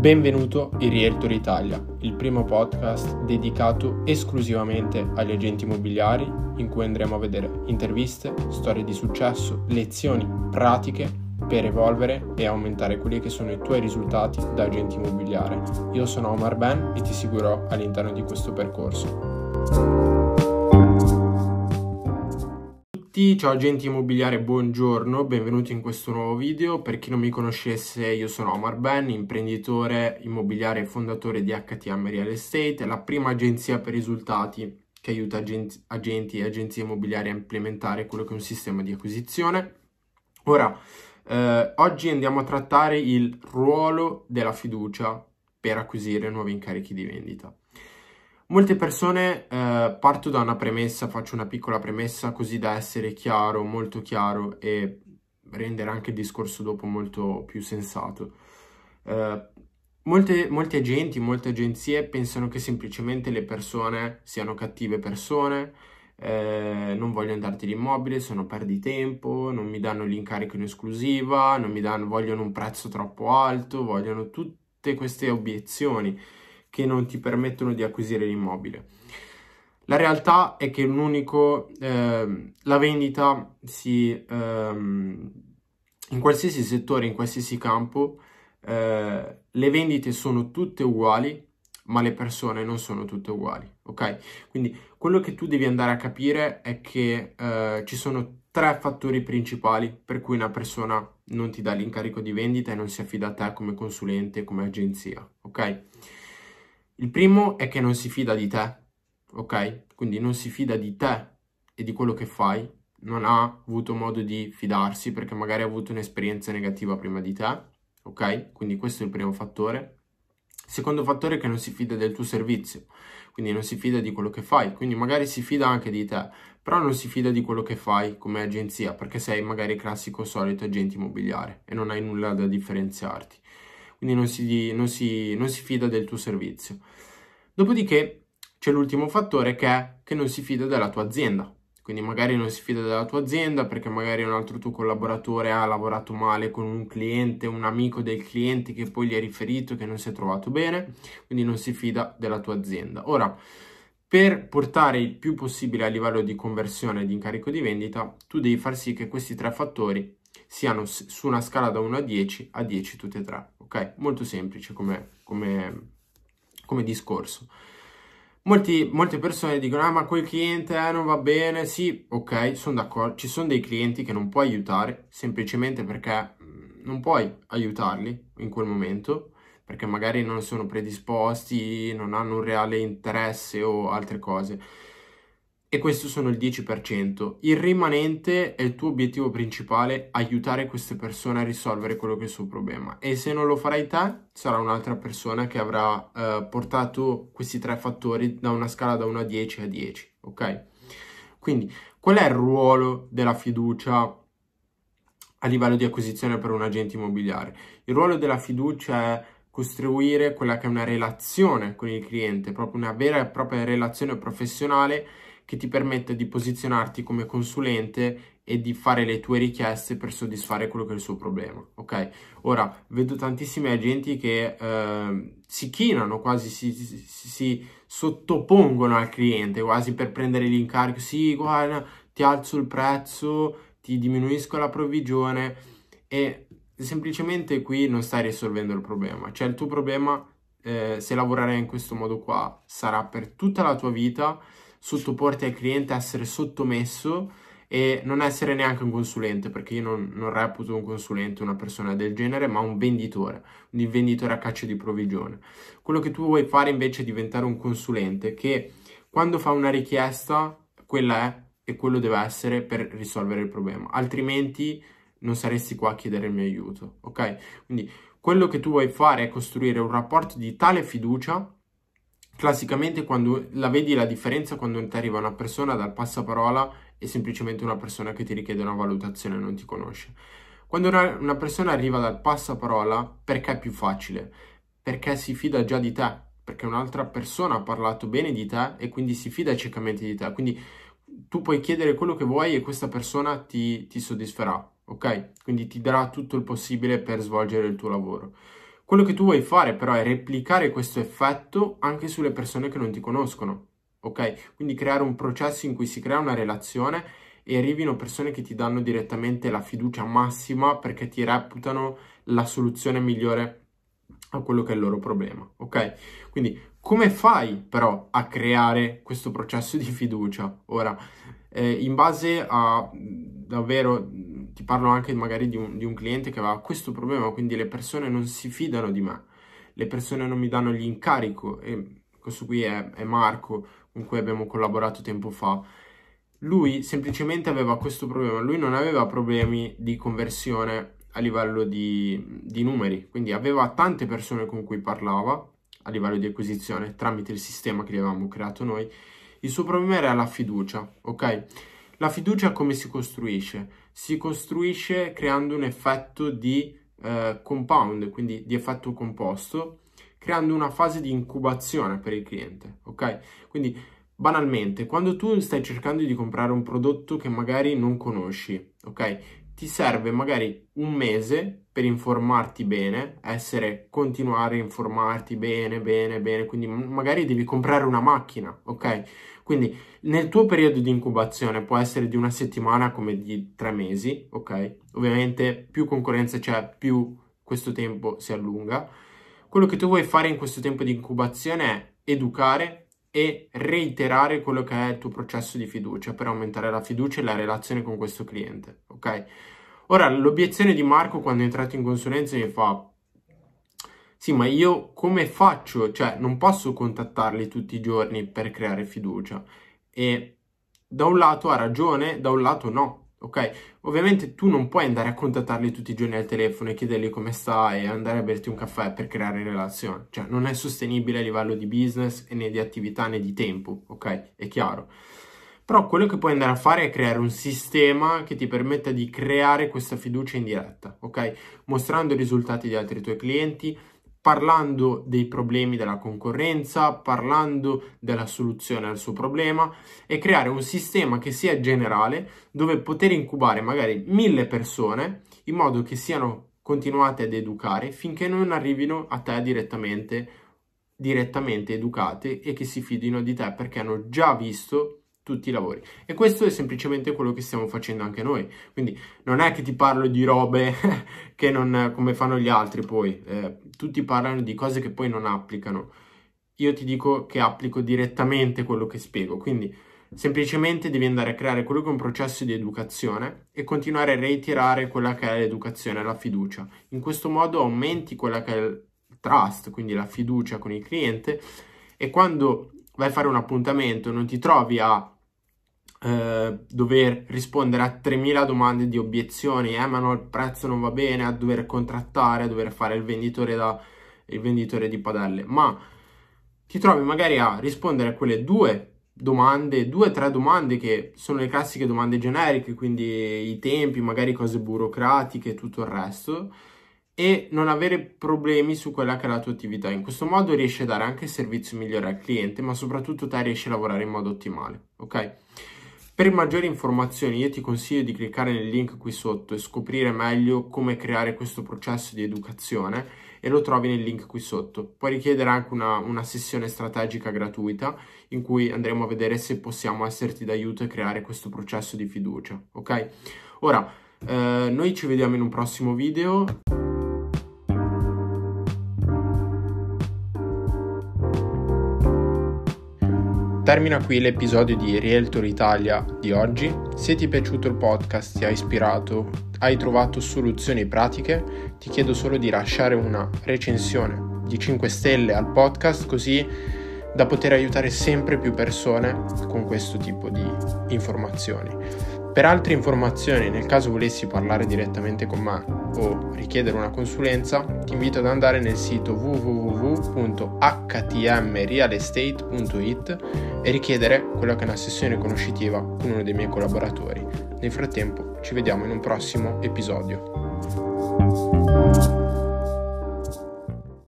Benvenuto in Realtor Italia, il primo podcast dedicato esclusivamente agli agenti immobiliari, in cui andremo a vedere interviste, storie di successo, lezioni pratiche per evolvere e aumentare quelli che sono i tuoi risultati da agente immobiliare. Io sono Omar Ben e ti seguirò all'interno di questo percorso. Ciao agenti immobiliari, buongiorno, benvenuti in questo nuovo video. Per chi non mi conoscesse, io sono Omar Ben, imprenditore immobiliare e fondatore di HTM Real Estate, la prima agenzia per risultati che aiuta agenti e agenzie immobiliari a implementare quello che è un sistema di acquisizione. Ora, oggi andiamo a trattare il ruolo della fiducia per acquisire nuovi incarichi di vendita. Molte persone, parto da una premessa, faccio una piccola premessa così da essere chiaro, molto chiaro e rendere anche il discorso dopo molto più sensato. Molti agenti, molte agenzie pensano che semplicemente le persone siano cattive persone, non vogliono darti l'immobile, sono perditempo, non mi danno l'incarico in esclusiva, vogliono un prezzo troppo alto, vogliono tutte queste obiezioni che non ti permettono di acquisire l'immobile. La realtà è che la vendita in qualsiasi settore, in qualsiasi campo, le vendite sono tutte uguali, ma le persone non sono tutte uguali, ok? Quindi quello che tu devi andare a capire è che ci sono tre fattori principali per cui una persona non ti dà l'incarico di vendita e non si affida a te come consulente, come agenzia, ok? Il primo è che non si fida di te, ok? Quindi non si fida di te e di quello che fai, non ha avuto modo di fidarsi perché magari ha avuto un'esperienza negativa prima di te, ok? Quindi questo è il primo fattore. Secondo fattore è che non si fida del tuo servizio, quindi non si fida di quello che fai, quindi magari si fida anche di te, però non si fida di quello che fai come agenzia perché sei magari il classico solito agente immobiliare e non hai nulla da differenziarti. Quindi non si fida del tuo servizio. Dopodiché c'è l'ultimo fattore che non si fida della tua azienda. Quindi magari non si fida della tua azienda perché magari un altro tuo collaboratore ha lavorato male con un cliente, un amico del cliente che poi gli ha riferito che non si è trovato bene, quindi non si fida della tua azienda. Ora, per portare il più possibile a livello di conversione e di incarico di vendita, tu devi far sì che questi tre fattori siano su una scala da 1 a 10 tutte e tre, ok? Molto semplice come discorso. Molte persone dicono, ma quel cliente non va bene. Sì, ok, sono d'accordo, ci sono dei clienti che non puoi aiutare semplicemente perché non puoi aiutarli in quel momento, perché magari non sono predisposti, non hanno un reale interesse o altre cose. E questo sono il 10%. Il rimanente è il tuo obiettivo principale, aiutare queste persone a risolvere quello che è il suo problema. E se non lo farai te, sarà un'altra persona che avrà portato questi tre fattori da una scala da 1 a 10 a 10, ok? Quindi, qual è il ruolo della fiducia a livello di acquisizione per un agente immobiliare? Il ruolo della fiducia è costruire quella che è una relazione con il cliente, proprio una vera e propria relazione professionale che ti permette di posizionarti come consulente e di fare le tue richieste per soddisfare quello che è il suo problema, ok? Ora, vedo tantissimi agenti che si chinano, quasi si sottopongono al cliente, quasi per prendere l'incarico. Sì, guarda, ti alzo il prezzo, ti diminuisco la provvigione, e semplicemente qui non stai risolvendo il problema. Cioè il tuo problema, se lavorerai in questo modo qua, sarà per tutta la tua vita sottoporti al cliente, essere sottomesso e non essere neanche un consulente, perché io non reputo un consulente una persona del genere, ma un venditore a caccia di provvigione. Quello che tu vuoi fare invece è diventare un consulente che quando fa una richiesta, quella è e quello deve essere per risolvere il problema, altrimenti non saresti qua a chiedere il mio aiuto, ok? Quindi quello che tu vuoi fare è costruire un rapporto di tale fiducia. Classicamente quando la vedi la differenza quando ti arriva una persona dal passaparola e semplicemente una persona che ti richiede una valutazione e non ti conosce. Quando una persona arriva dal passaparola, perché è più facile? Perché si fida già di te, perché un'altra persona ha parlato bene di te e quindi si fida ciecamente di te. Quindi tu puoi chiedere quello che vuoi e questa persona ti soddisferà, ok? Quindi ti darà tutto il possibile per svolgere il tuo lavoro. Quello che tu vuoi fare però è replicare questo effetto anche sulle persone che non ti conoscono, ok? Quindi creare un processo in cui si crea una relazione e arrivino persone che ti danno direttamente la fiducia massima perché ti reputano la soluzione migliore a quello che è il loro problema, ok? Quindi come fai però a creare questo processo di fiducia? Ora, in base a davvero, ti parlo anche magari di un cliente che aveva questo problema, quindi le persone non si fidano di me, le persone non mi danno l'incarico, e questo qui è Marco, con cui abbiamo collaborato tempo fa. Lui semplicemente aveva questo problema, lui non aveva problemi di conversione a livello di numeri, quindi aveva tante persone con cui parlava a livello di acquisizione tramite il sistema che gli avevamo creato noi. Il suo problema era la fiducia, ok? La fiducia come si costruisce? Si costruisce creando un effetto di compound, quindi di effetto composto, creando una fase di incubazione per il cliente, ok? Quindi banalmente, quando tu stai cercando di comprare un prodotto che magari non conosci, ok? Ti serve magari un mese per informarti bene, continuare a informarti bene, quindi magari devi comprare una macchina, ok? Quindi nel tuo periodo di incubazione può essere di una settimana come di 3 mesi, ok? Ovviamente più concorrenza c'è, più questo tempo si allunga. Quello che tu vuoi fare in questo tempo di incubazione è educare e reiterare quello che è il tuo processo di fiducia per aumentare la fiducia e la relazione con questo cliente, ok? Ora, l'obiezione di Marco quando è entrato in consulenza mi fa: sì, ma io come faccio? Cioè, non posso contattarli tutti i giorni per creare fiducia. E da un lato ha ragione, da un lato no, ok? Ovviamente tu non puoi andare a contattarli tutti i giorni al telefono e chiedergli come stai e andare a berti un caffè per creare relazione. Cioè, non è sostenibile a livello di business e né di attività né di tempo, ok? È chiaro. Però quello che puoi andare a fare è creare un sistema che ti permetta di creare questa fiducia in diretta, ok? Mostrando i risultati di altri tuoi clienti, parlando dei problemi della concorrenza, parlando della soluzione al suo problema e creare un sistema che sia generale dove poter incubare magari 1000 persone in modo che siano continuate ad educare finché non arrivino a te direttamente educate e che si fidino di te perché hanno già visto tutti i lavori. E questo è semplicemente quello che stiamo facendo anche noi. Quindi non è che ti parlo di robe che non come fanno gli altri poi. Tutti parlano di cose che poi non applicano. Io ti dico che applico direttamente quello che spiego. Quindi semplicemente devi andare a creare quello che è un processo di educazione e continuare a reiterare quella che è l'educazione, la fiducia. In questo modo aumenti quella che è il trust, quindi la fiducia con il cliente, e quando vai a fare un appuntamento non ti trovi a dover rispondere a 3000 domande di obiezioni, ma no, il prezzo non va bene, a dover contrattare, a dover fare il venditore di padelle, ma ti trovi magari a rispondere a quelle due o tre domande che sono le classiche domande generiche, quindi i tempi, magari cose burocratiche e tutto il resto, e non avere problemi su quella che è la tua attività. In questo modo riesci a dare anche servizio migliore al cliente, ma soprattutto te riesci a lavorare in modo ottimale, ok? Per maggiori informazioni io ti consiglio di cliccare nel link qui sotto e scoprire meglio come creare questo processo di educazione, e lo trovi nel link qui sotto. Puoi richiedere anche una sessione strategica gratuita in cui andremo a vedere se possiamo esserti d'aiuto e creare questo processo di fiducia, ok? Ora, noi ci vediamo in un prossimo video. Termina qui l'episodio di Realtor Italia di oggi. Se ti è piaciuto il podcast, ti ha ispirato, hai trovato soluzioni pratiche, ti chiedo solo di lasciare una recensione di 5 stelle al podcast, così da poter aiutare sempre più persone con questo tipo di informazioni. Per altre informazioni, nel caso volessi parlare direttamente con me o richiedere una consulenza, ti invito ad andare nel sito www.htmrealestate.it e richiedere quella che è una sessione conoscitiva con uno dei miei collaboratori. Nel frattempo ci vediamo in un prossimo episodio.